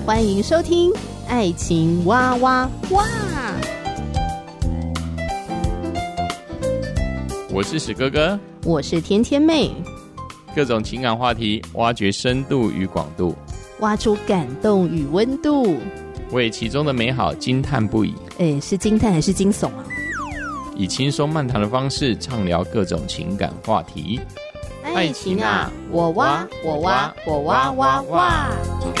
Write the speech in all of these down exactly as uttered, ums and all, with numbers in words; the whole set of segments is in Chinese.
欢迎收听爱情哇哇哇。 我是史哥哥， 我是甜甜妹， 各种情感话题，挖掘深度与广度， 挖出感动与温度， 为其中的美好惊叹不已。 诶，是惊叹还是惊悚啊？ 以轻松漫谈的方式畅聊各种情感话题。 爱情啊，我挖我挖我挖挖挖。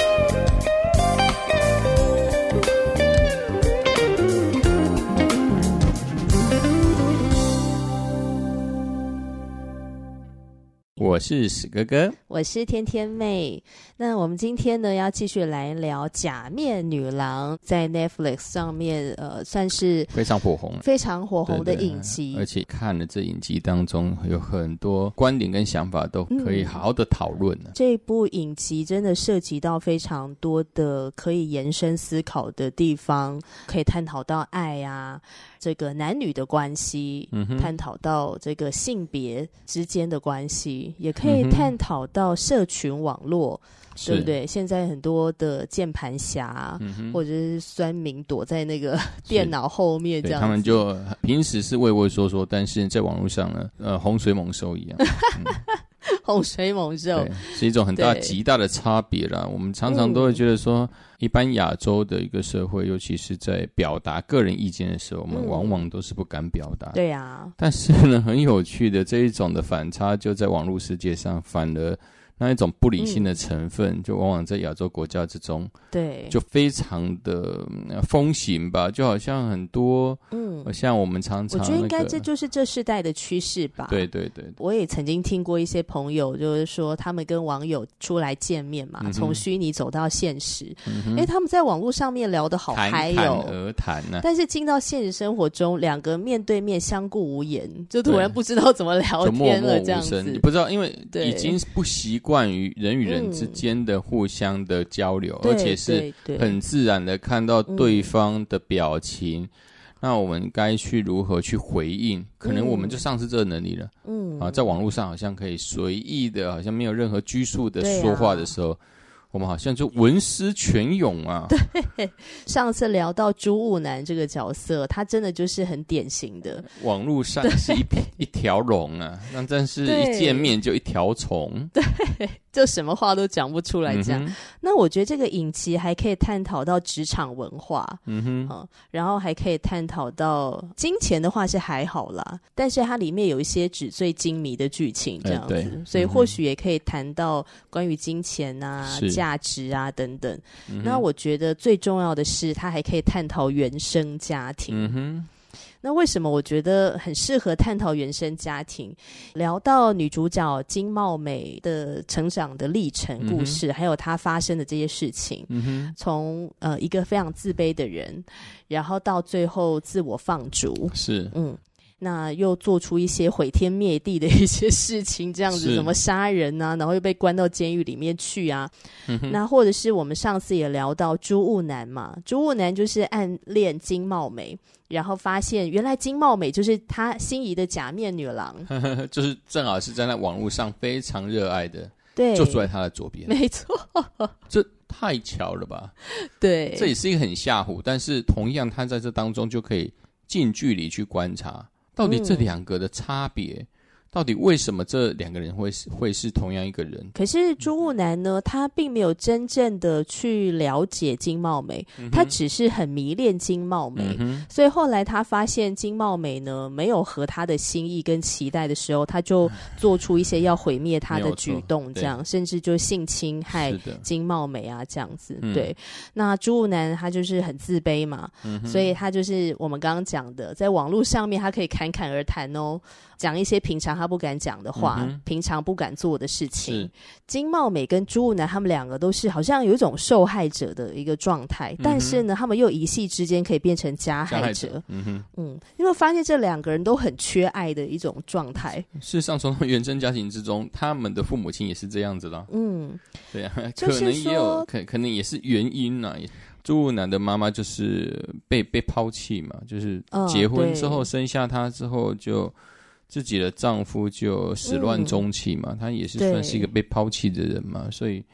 我是史哥哥， 我是甜甜妹。那我们今天呢，要继续来聊《假面女郎》在 Netflix 上面，呃，算是非常火红， 非常火红的影集。 而且看了这影集当中，有很多观点跟想法都可以好好的讨论、啊嗯、 这部影集真的涉及到非常多的可以延伸思考的地方，可以探讨到爱啊，这个男女的关系、嗯、探讨到这个性别之间的关系，也可以探讨到社群网络、嗯、对不对？现在很多的键盘侠、嗯、或者是酸民躲在那个电脑后面这样子， 他们就平时是畏畏缩缩，但是在网络上呢，呃，洪水猛兽一样、嗯洪水猛兽是一种很大极大的差别啦。我们常常都会觉得说、嗯、一般亚洲的一个社会，尤其是在表达个人意见的时候、嗯、我们往往都是不敢表达。 对啊， 但是呢，很有趣的这一种的反差，就在网络世界上反而那一种不理性的成分、嗯、就往往在亚洲国家之中，对，就非常的风行吧，就好像很多，嗯，像我们常常、那個、 我觉得应该这就是这世代的趋势吧。 对对 对, 对， 我也曾经听过一些朋友，就是说他们跟网友出来见面嘛，从、嗯、虚拟走到现实，因为、嗯、他们在网络上面聊得好嗨哟、哦， 侃侃而谈啊， 但是进到现实生活中，两个面对面相顾无言，就突然不知道怎么聊天了，这样子， 你不知道，因为已经不习惯惯于人与人之间的互相的交流、嗯、而且是很自然的看到对方的表情、嗯、那我们该去如何去回应，可能我们就丧失这个能力了。嗯啊，在网络上好像可以随意的，好像没有任何拘束的说话的时候、啊，我们好像就文思泉涌啊。 对，上次聊到朱雾男这个角色，他真的就是很典型的， 网络上是一一条龙啊，那真是一见面就一条虫。 对，就什么话都讲不出来这样、嗯、那我觉得这个影集还可以探讨到职场文化，嗯哼、嗯，然后还可以探讨到金钱的话是还好啦，但是它里面有一些纸醉金迷的剧情这样子、欸、所以或许也可以谈到关于金钱啊、价值啊等等、嗯、那我觉得最重要的是它还可以探讨原生家庭。嗯哼，那为什么我觉得很适合探讨原生家庭？聊到女主角金茂美的成长的历程故事、嗯、还有她发生的这些事情、嗯、从呃一个非常自卑的人，然后到最后自我放逐，是嗯那又做出一些毁天灭地的一些事情，这样子什么杀人啊，然后又被关到监狱里面去啊、嗯、那或者是我们上次也聊到朱雾男嘛，朱雾男就是暗恋金茂美，然后发现原来金茂美就是他心仪的假面女郎就是正好是在那网络上非常热爱的，对，就坐在他的左边， 没错， 这太巧了吧。 对， 这也是一个很吓唬，但是同样他在这当中就可以近距离去观察到底这两个的差别、嗯、到底为什么这两个人会是会是同样一个人。 可是朱雾男呢，他并没有真正的去了解金茂美、嗯、他只是很迷恋金茂美、嗯、所以后来他发现金茂美呢没有合他的心意跟期待的时候，他就做出一些要毁灭他的举动，这样甚至就性侵害金茂美啊这样子、嗯、对。那朱雾男他就是很自卑嘛、嗯、所以他就是我们刚刚讲的，在网络上面他可以侃侃而谈哦，讲一些平常他不敢讲的话、嗯、平常不敢做的事情。金茂美跟朱雾男他们两个都是好像有一种受害者的一个状态、嗯、但是呢他们又一夕之间可以变成加害者, 加害者嗯哼嗯，因为发现这两个人都很缺爱的一种状态。 事实上从原生家庭之中，他们的父母亲也是这样子的。嗯，对啊，可能也有可可能也是原因啊。朱雾男的妈妈就是被被抛弃嘛，就是结婚之后、嗯、生下他之后就自己的丈夫就始乱终弃嘛、嗯、他也是算是一个被抛弃的人嘛，所以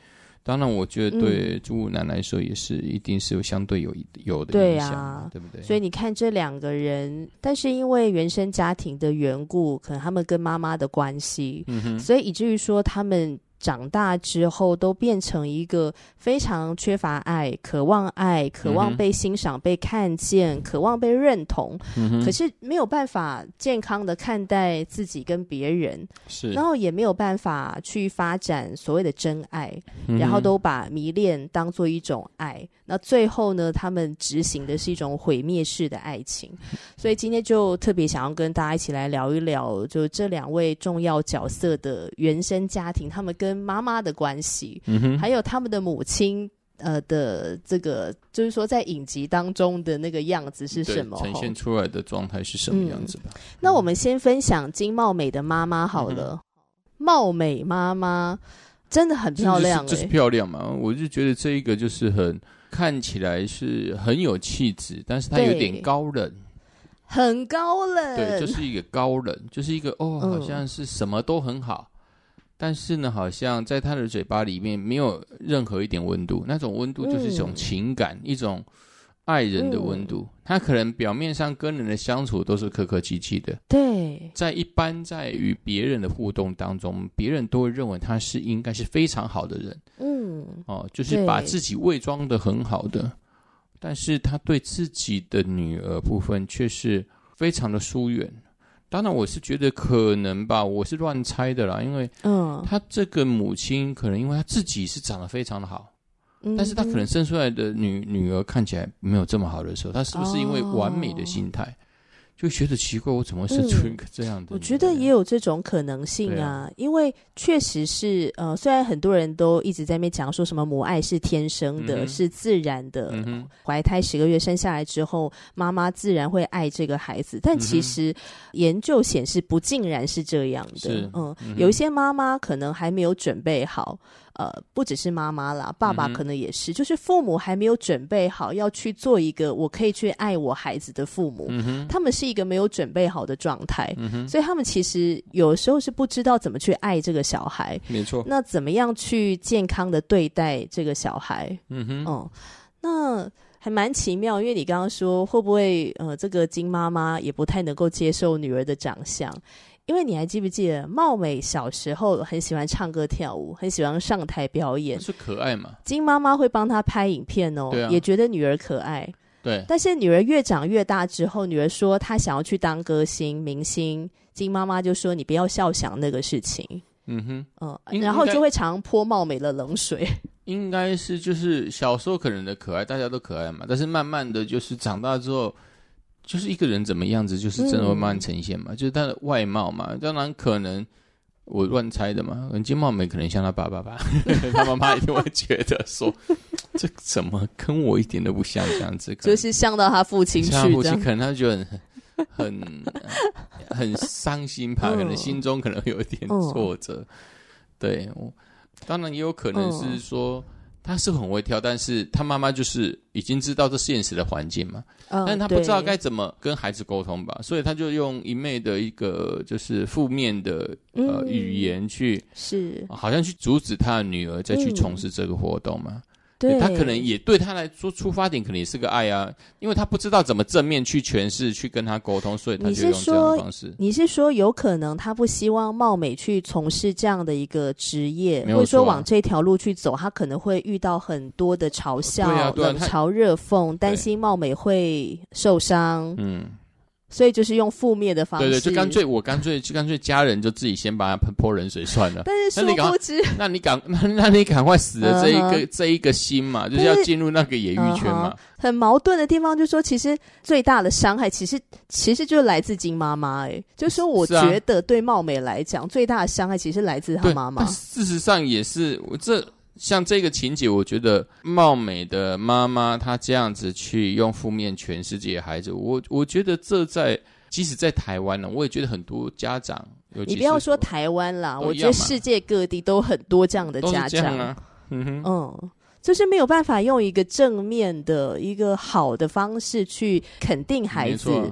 当然我觉得对朱武南来说也是、嗯、一定是相对有有的影响， 对,、啊、对不对？ 所以你看这两个人，但是因为原生家庭的缘故，可能他们跟妈妈的关系、嗯、所以以至于说他们长大之后都变成一个非常缺乏爱，渴望爱，渴望被欣赏、嗯、被看见，渴望被认同、嗯、可是没有办法健康的看待自己跟别人，是，然后也没有办法去发展所谓的真爱、嗯、然后都把迷恋当作一种爱，那最后呢他们执行的是一种毁灭式的爱情。所以今天就特别想要跟大家一起来聊一聊，就这两位重要角色的原生家庭，他们跟妈妈的关系、嗯、还有他们的母亲呃的这个就是说在影集当中的那个样子是什么， 呈现出来的状态是什么样子吧、嗯、 那我们先分享金茂美的妈妈好了、嗯、茂美妈妈真的很漂亮、欸、 这 是, 这是漂亮嘛，我就觉得这一个就是很看起来是很有气质，但是她有点高冷， 很高冷， 对，就是一个高冷，就是一个哦，好像是什么都很好、嗯，但是呢，好像在他的嘴巴里面没有任何一点温度，那种温度就是一种情感、嗯、一种爱人的温度、嗯、他可能表面上跟人的相处都是客客气气的，对，在一般在与别人的互动当中，别人都会认为他是应该是非常好的人，嗯，哦，就是把自己伪装得很好的，但是他对自己的女儿部分却是非常的疏远。当然我是觉得可能吧，我是乱猜的啦，因为他这个母亲可能因为他自己是长得非常的好、嗯、但是他可能生出来的女女儿看起来没有这么好的时候，他是不是因为完美的心态、哦、就觉得奇怪，我怎么会生出一个这样的、嗯、 我觉得也有这种可能性 啊, 啊因为确实是呃，虽然很多人都一直在那边讲说什么母爱是天生的、嗯、是自然的、嗯、怀胎十个月生下来之后妈妈自然会爱这个孩子，但其实研究显示不尽然是这样的，嗯，嗯有一些妈妈可能还没有准备好，呃，不只是妈妈啦，爸爸可能也是、嗯、就是父母还没有准备好要去做一个我可以去爱我孩子的父母、嗯、他们是一个没有准备好的状态、嗯、所以他们其实有时候是不知道怎么去爱这个小孩， 没错， 那怎么样去健康的对待这个小孩，嗯哼，嗯，那还蛮奇妙，因为你刚刚说会不会呃，这个金妈妈也不太能够接受女儿的长相，因为你还记不记得茂美小时候很喜欢唱歌跳舞，很喜欢上台表演， 是可爱嘛， 金妈妈会帮她拍影片哦，对啊，也觉得女儿可爱，对，但是女儿越长越大之后，女儿说她想要去当歌星明星，金妈妈就说你不要笑想那个事情，嗯哼，嗯，然后就会常泼茂美的冷水。 应该是就是小时候可能的可爱，大家都可爱嘛，但是慢慢的就是长大之后，就是一个人怎么样子，就是真的会慢慢呈现嘛，嗯、就是他的外貌嘛。当然可能我乱猜的嘛，金茂美可能像他爸爸吧，他妈妈一定会觉得说，这怎么跟我一点都不像这样子， 就是像到他父亲去， 像他父亲可能他觉得很很很伤心吧，可能心中可能有一点挫折，嗯、对。当然也有可能是说、嗯、他是很会跳，但是他妈妈就是已经知道这现实的环境嘛、嗯、但是他不知道该怎么跟孩子沟通吧，所以他就用一昧的一个就是负面的、呃嗯、语言去是好像去阻止他的女儿再去从事这个活动嘛、嗯对，他可能也对他来说出发点可能也是个爱啊，因为他不知道怎么正面去诠释去跟他沟通，所以他就用这样的方式。 你是说有可能他不希望茂美去从事这样的一个职业、啊、或者说往这条路去走，他可能会遇到很多的嘲笑、啊啊、冷嘲热讽，担心茂美会受伤，嗯，所以就是用负面的方式， 对对，就干脆我干脆就干脆家人就自己先把他泼冷水算了。 但是殊不知， 那你赶那那你赶快死了这一个、uh-huh. 这一个心嘛，就是要进入那个演艺圈嘛。Uh-huh. 很矛盾的地方就是说，其实最大的伤害其实其实就是来自金妈妈，哎，就是说我觉得对茂美来讲、啊，最大的伤害其实来自她妈妈。 事实上也是，我这。像这个情节，我觉得茂美的妈妈她这样子去用负面诠释这些孩子，我我觉得这在即使在台湾呢，我也觉得很多家长， 你不要说台湾啦，我觉得世界各地都很多这样的家长，都是这样啊，嗯哼，嗯，就是没有办法用一个正面的一个好的方式去肯定孩子。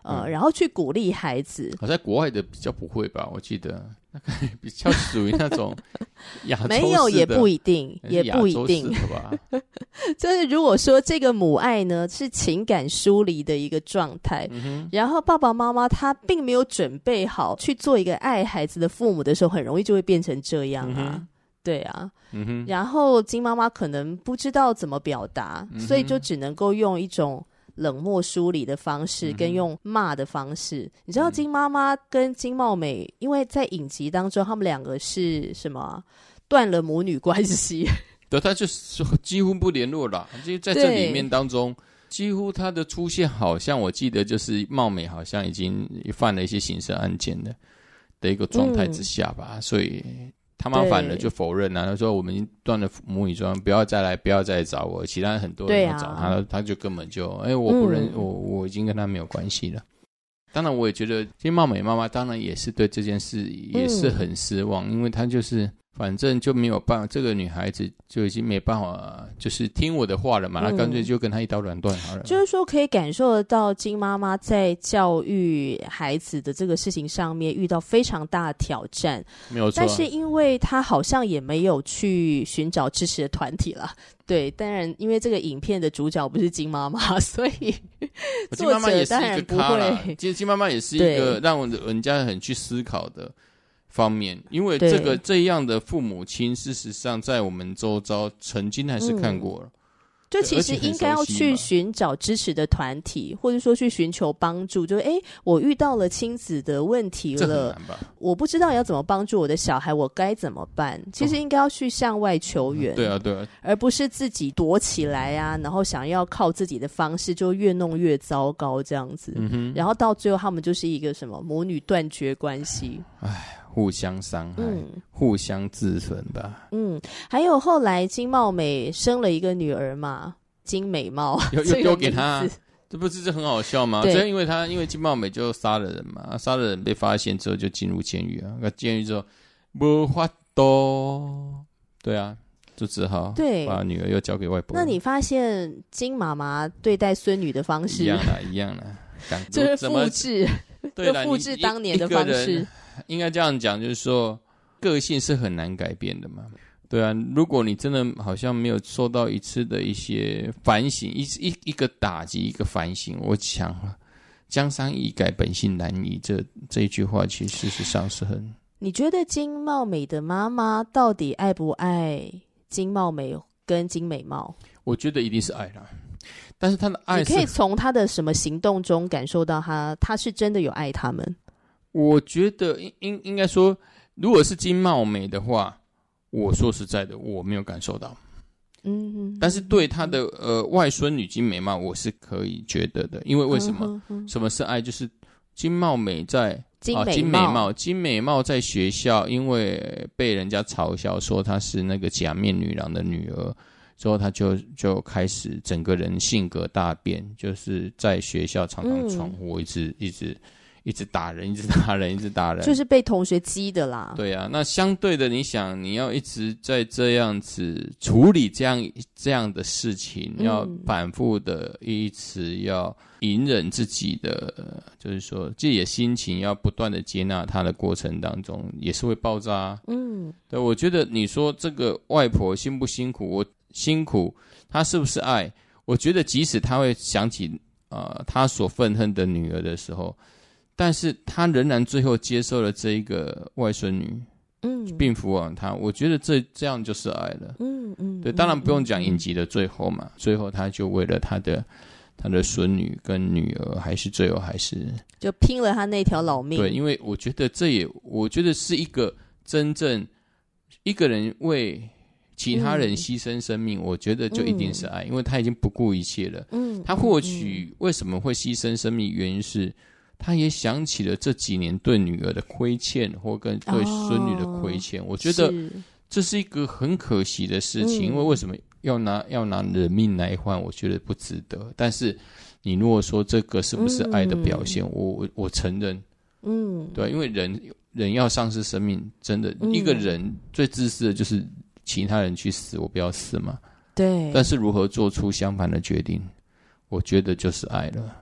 呃，嗯、然后去鼓励孩子。 好，在国外的比较不会吧？我记得那个比较属于那种亚洲式的， 没有也不一定，也不一定吧。 就是如果说这个母爱呢是情感疏离的一个状态，嗯、然后爸爸妈妈他并没有准备好去做一个爱孩子的父母的时候，很容易就会变成这样啊。嗯对啊，嗯哼，然后金妈妈可能不知道怎么表达，嗯、所以就只能够用一种冷漠疏离的方式，跟用骂的方式。嗯、你知道金妈妈跟金茂美，因为在影集当中，他们两个是什么断了母女关系？ 对，他就是几乎不联络了。就在这里面当中，几乎他的出现，好像我记得就是茂美好像已经犯了一些刑事案件的的一个状态之下吧，嗯、所以。他妈反了就否认啊，他说我们已经断了母女庄，不要再来，不要再来找我。其他很多人要找他，啊、他就根本就哎、欸，我不认，嗯、我我已经跟他没有关系了。当然，我也觉得金茂美妈妈当然也是对这件事也是很失望，嗯、因为她就是反正就没有办法，这个女孩子就已经没办法，就是听我的话了嘛，那、嗯、干脆就跟她一刀两断好了。 就是说，可以感受得到金妈妈在教育孩子的这个事情上面遇到非常大的挑战， 没有错、啊。 但是因为她好像也没有去寻找支持的团体啦。对，当然，因为这个影片的主角不是金妈妈，所以金妈妈也是一个咖啦。其实金妈妈也是一个让人家很去思考的方面，因为这个这样的父母亲，事实上在我们周遭曾经还是看过了。嗯就其实应该要去寻找支持的团体，或者说去寻求帮助。就哎，我遇到了亲子的问题了，我不知道要怎么帮助我的小孩，我该怎么办？其实应该要去向外求援， 哦、对啊，对啊， 而不是自己躲起来啊，然后想要靠自己的方式，就越弄越糟糕这样子。嗯哼，然后到最后，他们就是一个什么母女断绝关系。 唉。互相伤害、嗯、互相自焚吧。 嗯，还有后来金茂美生了一个女儿嘛，金美貌， 又又丢给她，这不是这很好笑吗？这因为她因为金茂美就杀了人嘛，杀了人被发现之后就进入监狱啊，那监狱之后没法度，对啊，就只好把女儿又交给外婆。 那你发现金妈妈对待孙女的方式一样啦，一样啦， 就是复制， 对就复制当年的方式。 应该这样讲，就是说个性是很难改变的嘛。对啊，如果你真的好像没有受到一次的一些反省，一一一个打击，一个反省，我想江山易改，本性难移，这这一句话其实事实上是很。 你觉得金茂美的妈妈到底爱不爱金茂美跟金美貌？ 我觉得一定是爱啦，但是她的爱是， 你可以从她的什么行动中感受到她，她是真的有爱他们。 我觉得应应应该说，如果是金茂美的话，我说实在的，我没有感受到。嗯哼，但是对他的呃外孙女金美貌，我是可以觉得的，因为为什么？嗯、哼哼什么是爱？就是金茂美在金美貌、 啊、金美貌金美貌在学校，因为被人家嘲笑说她是那个假面女郎的女儿，之后她就就开始整个人性格大变，就是在学校常常闯祸，嗯、一直一直。一直打人，一直打人，一直打人， 就是被同学激的啦。 对啊，那相对的，你想，你要一直在这样子处理这样这样的事情，嗯、要反复的一直要隐忍自己的，就是说自己的心情，要不断的接纳他的过程当中，也是会爆炸、啊。嗯，对，我觉得你说这个外婆辛不辛苦？我辛苦，她是不是爱？我觉得即使她会想起呃她所愤恨的女儿的时候。但是他仍然最后接受了这一个外孙女，嗯，并抚养他。我觉得这这样就是爱了，嗯嗯。对，当然不用讲影集的最后嘛，嗯、最后他就为了他的他的孙女跟女儿，还是最后还是就拼了他那条老命。 对，因为我觉得这也，我觉得是一个真正一个人为其他人牺牲生命，嗯、我觉得就一定是爱，嗯、因为他已经不顾一切了。嗯，他或许为什么会牺牲生命，原因是。他也想起了这几年对女儿的亏欠，或跟对孙女的亏欠。哦、我觉得这是一个很可惜的事情，嗯、因为为什么要拿要拿人命来换？我觉得不值得。但是你如果说这个是不是爱的表现，嗯、我我我承认，嗯，对，因为人人要丧失生命，真的、嗯、一个人最自私的就是其他人去死，我不要死嘛。 对。 但是如何做出相反的决定，我觉得就是爱了。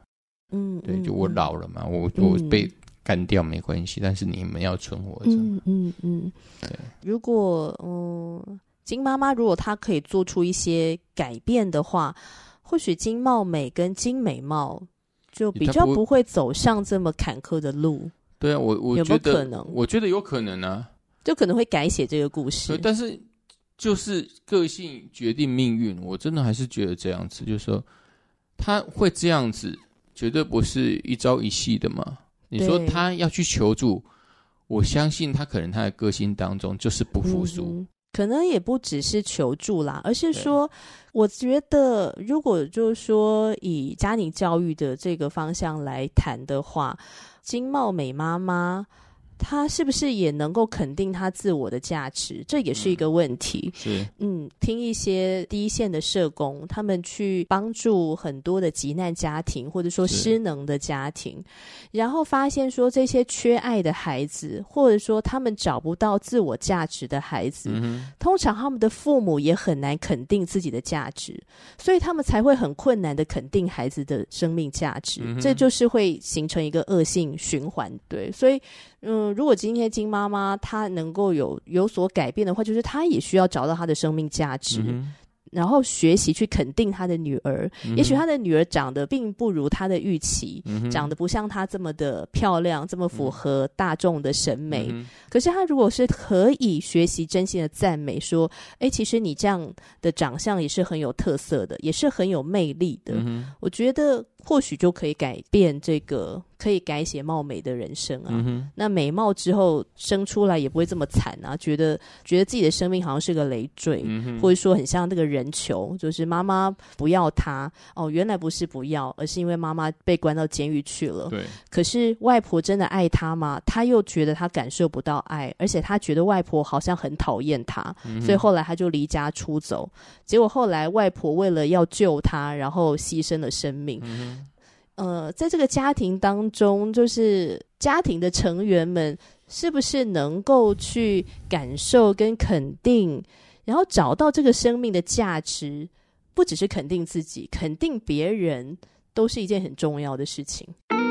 嗯， 对，就我老了嘛，我我被干掉没关系，但是你们要存活着。 嗯嗯嗯，对。如果嗯，金妈妈如果她可以做出一些改变的话，或许金茂美跟金美貌就比较不会走上这么坎坷的路。 对啊，我我有没有可能？ 我觉得有可能啊， 就可能会改写这个故事。 对，但是就是个性决定命运，我真的还是觉得这样子，就是说他会这样子。绝对不是一朝一夕的嘛。你说他要去求助，我相信他可能他的个性当中就是不服输、 嗯、可能也不只是求助啦，而是说我觉得如果就是说以家庭教育的这个方向来谈的话，金茂美妈妈他是不是也能够肯定他自我的价值，这也是一个问题、 嗯、是嗯，听一些第一线的社工，他们去帮助很多的急难家庭或者说失能的家庭，然后发现说这些缺爱的孩子，或者说他们找不到自我价值的孩子、嗯、通常他们的父母也很难肯定自己的价值，所以他们才会很困难的肯定孩子的生命价值、嗯、这就是会形成一个恶性循环。对，所以嗯，如果今天金妈妈她能够有有所改变的话，就是她也需要找到她的生命价值、嗯、然后学习去肯定她的女儿、嗯、也许她的女儿长得并不如她的预期、嗯、长得不像她这么的漂亮，这么符合大众的审美、嗯、可是她如果是可以学习真心的赞美说，诶，其实你这样的长相也是很有特色的，也是很有魅力的、嗯、我觉得或许就可以改变这个，可以改写貌美的人生啊、嗯、那美貌之后生出来也不会这么惨啊，觉得觉得自己的生命好像是个累赘、嗯、或者说很像那个人球，就是妈妈不要他哦，原来不是不要，而是因为妈妈被关到监狱去了。 对， 可是外婆真的爱他吗？他又觉得他感受不到爱，而且他觉得外婆好像很讨厌他、嗯、所以后来他就离家出走，结果后来外婆为了要救他，然后牺牲了生命、嗯呃，在这个家庭当中，就是家庭的成员们是不是能够去感受跟肯定，然后找到这个生命的价值，不只是肯定自己，肯定别人，都是一件很重要的事情。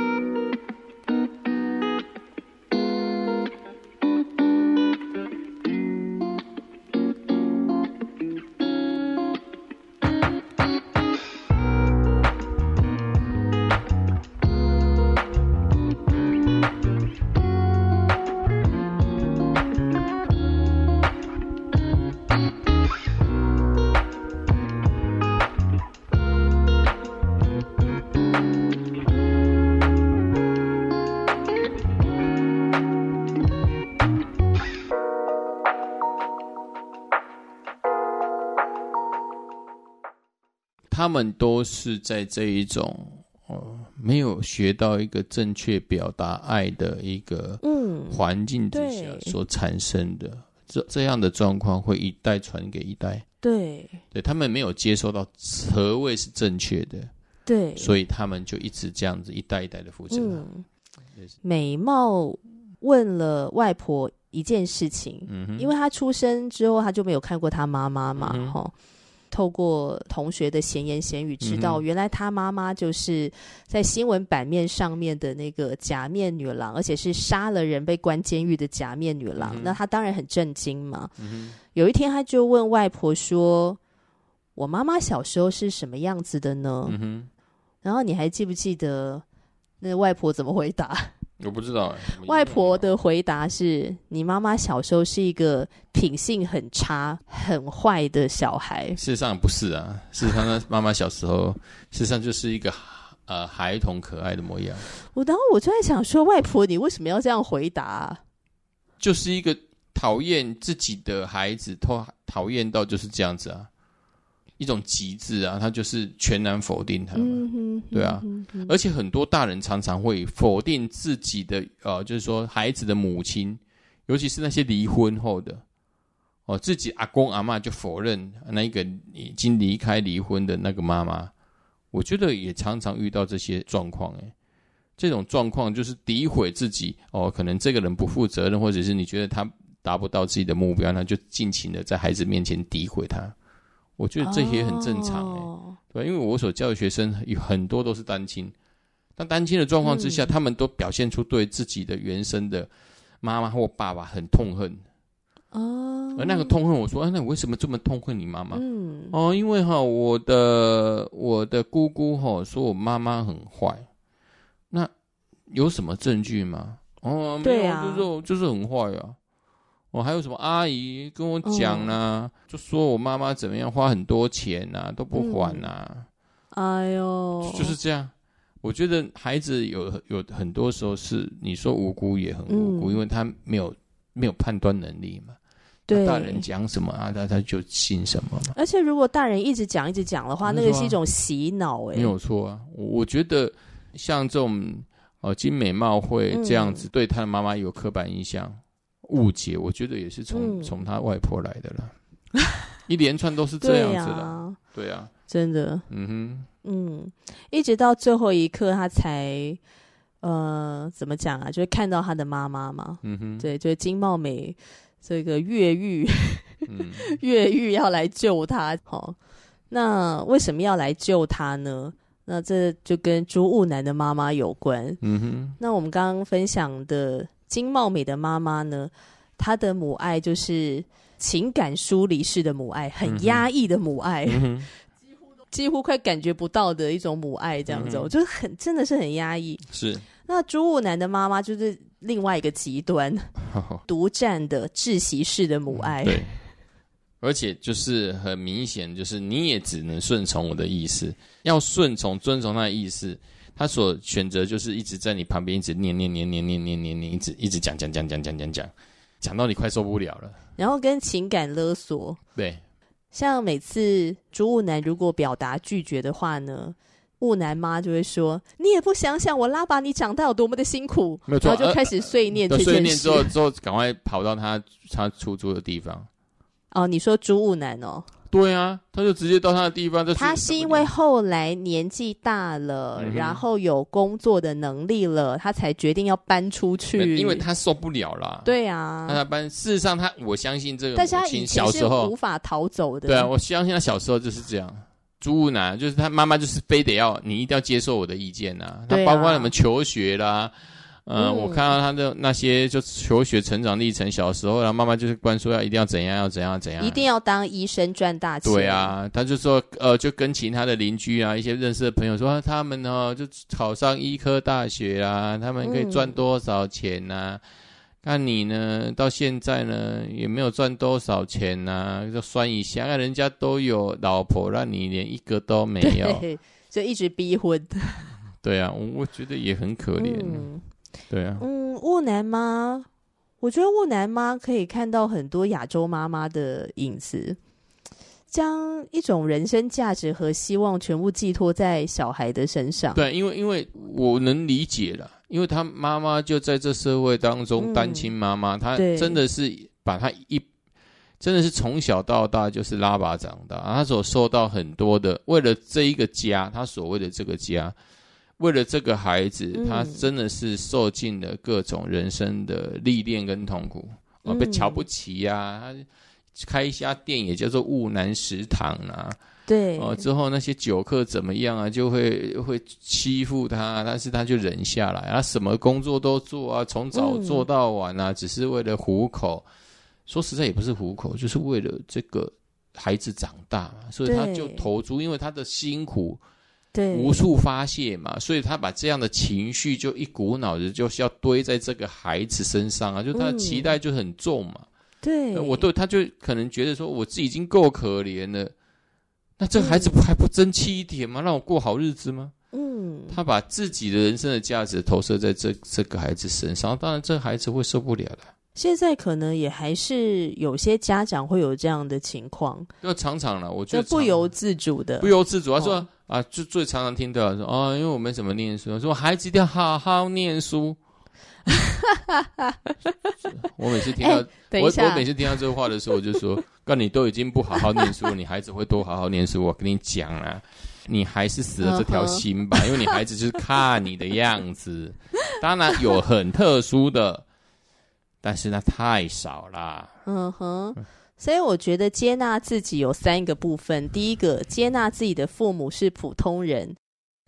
他们都是在这一种、呃、没有学到一个正确表达爱的一个环境之下所产生的、嗯、这, 这样的状况会一代传给一代。 对， 对，他们没有接受到何谓是正确的， 对， 所以他们就一直这样子一代一代的复制、嗯、 美貌问了外婆一件事情、嗯、因为他出生之后他就没有看过他妈妈嘛、嗯透过同学的闲言闲语知道、嗯、原来他妈妈就是在新闻版面上面的那个假面女郎，而且是杀了人被关监狱的假面女郎、嗯、那他当然很震惊嘛、嗯、有一天他就问外婆说，我妈妈小时候是什么样子的呢、嗯、然后你还记不记得那外婆怎么回答？ 我不知道、欸、 外婆的回答是，你妈妈小时候是一个品性很差很坏的小孩。 事实上不是啊，事实上她妈妈小时候事实上就是一个呃孩童可爱的模样。 我然后我就在想说，外婆你为什么要这样回答、啊、 就是一个讨厌自己的孩子，讨厌到就是这样子啊，一种极致啊，他就是全然否定他们、嗯、哼哼对啊、嗯、哼而且很多大人常常会否定自己的呃，就是说孩子的母亲，尤其是那些离婚后的哦，自己阿公阿嬷就否认那个已经离开离婚的那个妈妈。我觉得也常常遇到这些状况诶，这种状况就是诋毁自己哦，可能这个人不负责任，或者是你觉得他达不到自己的目标，那就尽情的在孩子面前诋毁他。我觉得这也很正常、欸哦、对，因为我所教的学生有很多都是单亲， 但单亲的状况之下、嗯、他们都表现出对自己的原生的妈妈或爸爸很痛恨哦，而那个痛恨我说、啊、那你为什么这么痛恨你妈妈？嗯，哦，因为哈我的我的姑姑哈说我妈妈很坏，那有什么证据吗？哦，没有，对啊、就是就是很坏啊。哦，还有什么阿姨跟我讲啊、嗯、就说我妈妈怎么样花很多钱啊都不还啊、 嗯、哎呦， 就是这样。我觉得孩子有有很多时候是你说无辜也很无辜、嗯、因为他没有没有判断能力嘛。对，大人讲什么啊他他就信什么嘛。 而且如果大人一直讲一直讲的话、啊、那个是一种洗脑哎、欸， 没有错啊。我我觉得像这种呃金美茂会这样子对他的妈妈有刻板印象、误解，我觉得也是从从、嗯、他外婆来的了。一连串都是这样子的。对啊，对啊， 真的。 嗯哼， 嗯，一直到最后一刻他才呃怎么讲啊，就是看到他的妈妈嘛。嗯哼，对，就是金茂美这个越狱、嗯、越狱要来救他。好，那为什么要来救他呢？那这就跟朱雾男的妈妈有关。嗯哼，那我们刚刚分享的金茂美的妈妈呢，她的母爱就是情感疏离式的母爱，很压抑的母爱、嗯、几乎都几乎快感觉不到的一种母爱，这样子、嗯、就是很真的是很压抑。 是。 那朱雾男的妈妈就是另外一个极端，独占的窒息式的母爱、 嗯、对，而且就是很明显，就是你也只能顺从我的意思，要顺从遵从他的意思，他所选择就是一直在你旁边一直念念念念念念念念，一直一直讲讲讲讲讲讲讲，讲到你快受不了了。 然后跟情感勒索， 对， 像每次朱雾男如果表达拒绝的话呢，雾男妈就会说：“你也不想想我拉拔你长大有多么的辛苦。”没有错，然后就开始碎念这件事。 碎念之后，之后赶快跑到他他出租的地方。 哦，你说朱雾男哦？ 对啊，他就直接到他的地方。 他是因为后来年纪大了、嗯，然后有工作的能力了，他才决定要搬出去。 因为他受不了啦。 对啊， 他搬。事实上他，他我相信这个母亲小时候，但是他以前是无法逃走的。 对啊，我相信他小时候就是这样。朱雾男就是他妈妈，就是非得要你一定要接受我的意见啊。他包括什么求学啦。呃、嗯，我看到他的那些就求学成长历程，小时候，然后妈妈就是灌输要一定要怎样，要怎样怎样， 一定要当医生赚大钱。 对啊，他就说，呃，就跟其他的邻居啊，一些认识的朋友说，啊、他们呢就考上医科大学啊，他们可以赚多少钱啊？看、嗯、你呢，到现在呢也没有赚多少钱啊，就酸一下，那人家都有老婆，让你连一个都没有， 对，就一直逼婚。 对啊，我我觉得也很可怜。嗯对啊， 嗯，雾男妈，我觉得雾男妈可以看到很多亚洲妈妈的影子，将一种人生价值和希望全部寄托在小孩的身上。 对，因为因为我能理解了，因为他妈妈就在这社会当中、嗯、单亲妈妈，她真的是把她一真的是从小到大就是拉拔长大，她所受到很多的，为了这一个家，她所谓的这个家。为了这个孩子、嗯、他真的是受尽了各种人生的历练跟痛苦、嗯、被瞧不起啊，他开一家店也叫做雾男食堂啊， 对、 哦、之后那些酒客怎么样啊，就会会欺负他，但是他就忍下来，他什么工作都做啊，从早做到晚啊、嗯、只是为了糊口，说实在也不是糊口，就是为了这个孩子长大嘛，所以他就投注，因为他的辛苦对，无处发泄嘛，所以他把这样的情绪就一股脑的就是要堆在这个孩子身上啊，就他的期待就很重嘛。嗯、对，我对他就可能觉得说，我自己已经够可怜了，那这个孩子还不争气一点吗？让我过好日子吗？嗯，他把自己的人生的价值投射在这这个孩子身上，当然这个孩子会受不了的。 现在可能也还是有些家长会有这样的情况， 就常常了，我觉得不由自主的， 不由自主。他说、哦、啊，就最常常听到说啊，因为我没怎么念书，说孩子一定要好好念书。我每次听到，欸、我我每次听到这话的时候，我就说，那你都已经不好好念书，你孩子会多好好念书？我跟你讲啊，你还是死了这条心吧， uh-huh. 因为你孩子就是看你的样子。当然有很特殊的。但是那太少啦。 嗯哼，所以我觉得接纳自己有三个部分。第一个，接纳自己的父母是普通人；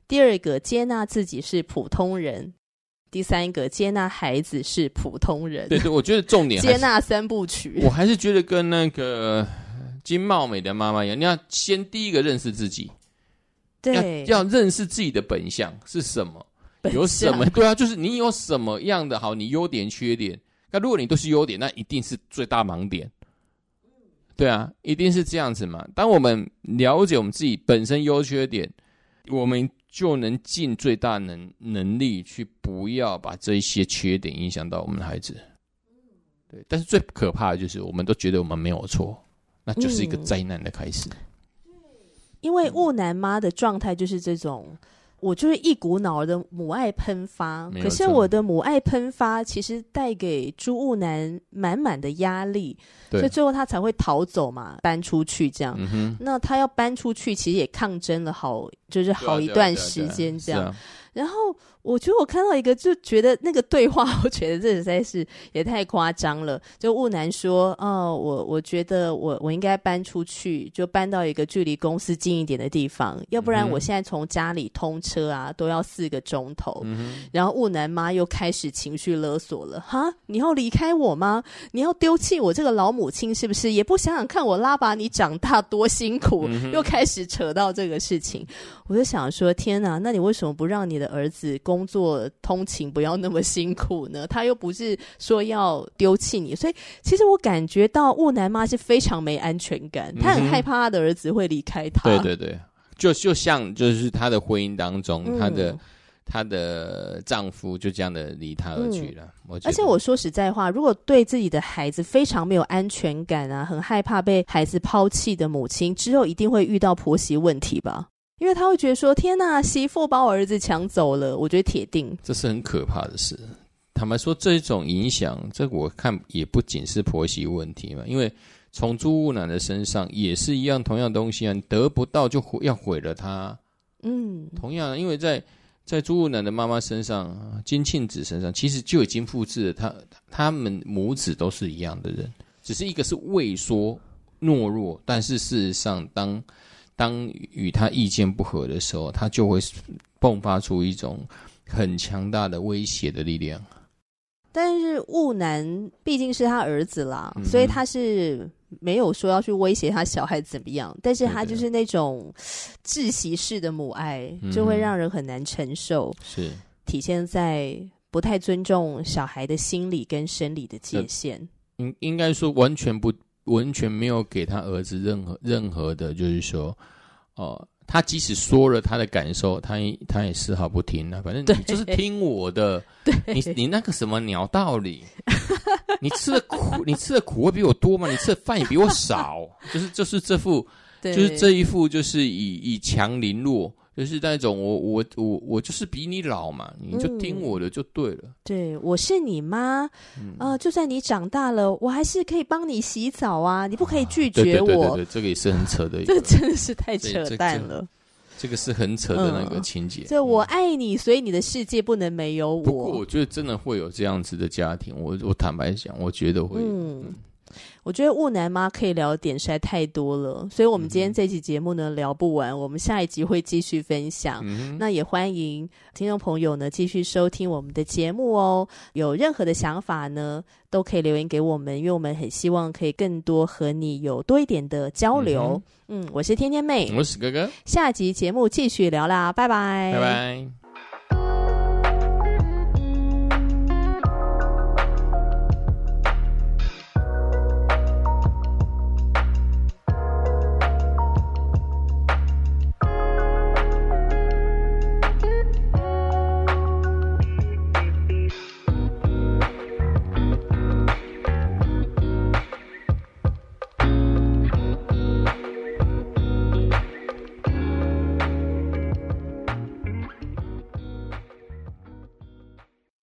第二个接纳自己是普通人，第三个接纳孩子是普通人。 对对，我觉得重点接纳三部曲。 我还是觉得跟那个金茂美的妈妈一样，你要先第一个认识自己， 对， 要, 要认识自己的本相是什么，有什么，对啊，就是你有什么样的好，你优点缺点，那如果你都是优点，那一定是最大盲点。对啊，一定是这样子嘛。当我们了解我们自己本身优缺点，我们就能尽最大能能力去不要把这一些缺点影响到我们的孩子。对，但是最可怕的就是我们都觉得我们没有错，那就是一个灾难的开始。 嗯、因为雾男妈的状态就是这种。我就是一股脑的母爱喷发，可是我的母爱喷发其实带给朱雾男满满的压力，所以最后他才会逃走嘛，搬出去这样、嗯、那他要搬出去其实也抗争了好就是好一段时间这样、啊啊啊啊、然后我觉得我看到一个就觉得那个对话我觉得这实在是也太夸张了，就雾男说哦，我我觉得我我应该搬出去，就搬到一个距离公司近一点的地方，要不然我现在从家里通车啊都要四个钟头、嗯、然后雾男妈又开始情绪勒索了，哈，你要离开我吗？你要丢弃我这个老母亲是不是？也不想想看我拉拔你长大多辛苦、嗯、又开始扯到这个事情，我就想说天哪，那你为什么不让你的儿子工作通勤不要那么辛苦呢？他又不是说要丢弃你，所以其实我感觉到雾男妈是非常没安全感、嗯、他很害怕他的儿子会离开他。 对对对，就就像就是他的婚姻当中、嗯、他的她的丈夫就这样的离她而去了、嗯、我觉得。 而且我说实在话，如果对自己的孩子非常没有安全感啊，很害怕被孩子抛弃的母亲，之后一定会遇到婆媳问题吧，因为她会觉得说天哪，媳妇把我儿子抢走了，我觉得铁定这是很可怕的事。坦白说，这种影响，这个我看也不仅是婆媳问题嘛，因为从朱雾男的身上也是一样，同样的东西啊，你得不到就要毁了他。嗯，同样，因为在在朱雾男的妈妈身上，金庆子身上，其实就已经复制了他他们母子都是一样的人，只是一个是畏缩懦弱，但是事实上当当与他意见不合的时候，他就会迸发出一种很强大的威胁的力量。 但是雾男毕竟是他儿子啦、嗯、所以他是没有说要去威胁他小孩怎么样，但是他就是那种窒息式的母爱，就会让人很难承受，是体现在不太尊重小孩的心理跟生理的界限。 应应该说完全不完全没有给他儿子任何任何的，就是说哦、呃他即使说了他的感受，他他也丝毫不听啊。反正你就是听我的，你你那个什么鸟道理？你吃的苦，你吃的苦会比我多吗？你吃的饭也比我少，就是就是这副，就是这一副，就是以以强凌弱，就是那种我我我我就是比你老嘛，你就听我的就对了。嗯、 对，我是你妈，嗯、呃，就算你长大了，我还是可以帮你洗澡啊，你不可以拒绝我。 对对对对对，这个也是很扯的一个， 这真的是太扯淡了。 这, 这个是很扯的那个情节。 这、嗯、我爱你，所以你的世界不能没有我。 不过我觉得真的会有这样子的家庭，我我坦白讲，我觉得会有。嗯我觉得雾男妈可以聊的点实在太多了，所以我们今天这期节目呢、嗯、聊不完，我们下一集会继续分享、嗯、那也欢迎听众朋友呢继续收听我们的节目哦，有任何的想法呢都可以留言给我们，因为我们很希望可以更多和你有多一点的交流。 嗯, 嗯，我是天天妹， 我是哥哥， 下集节目继续聊啦，拜拜拜拜。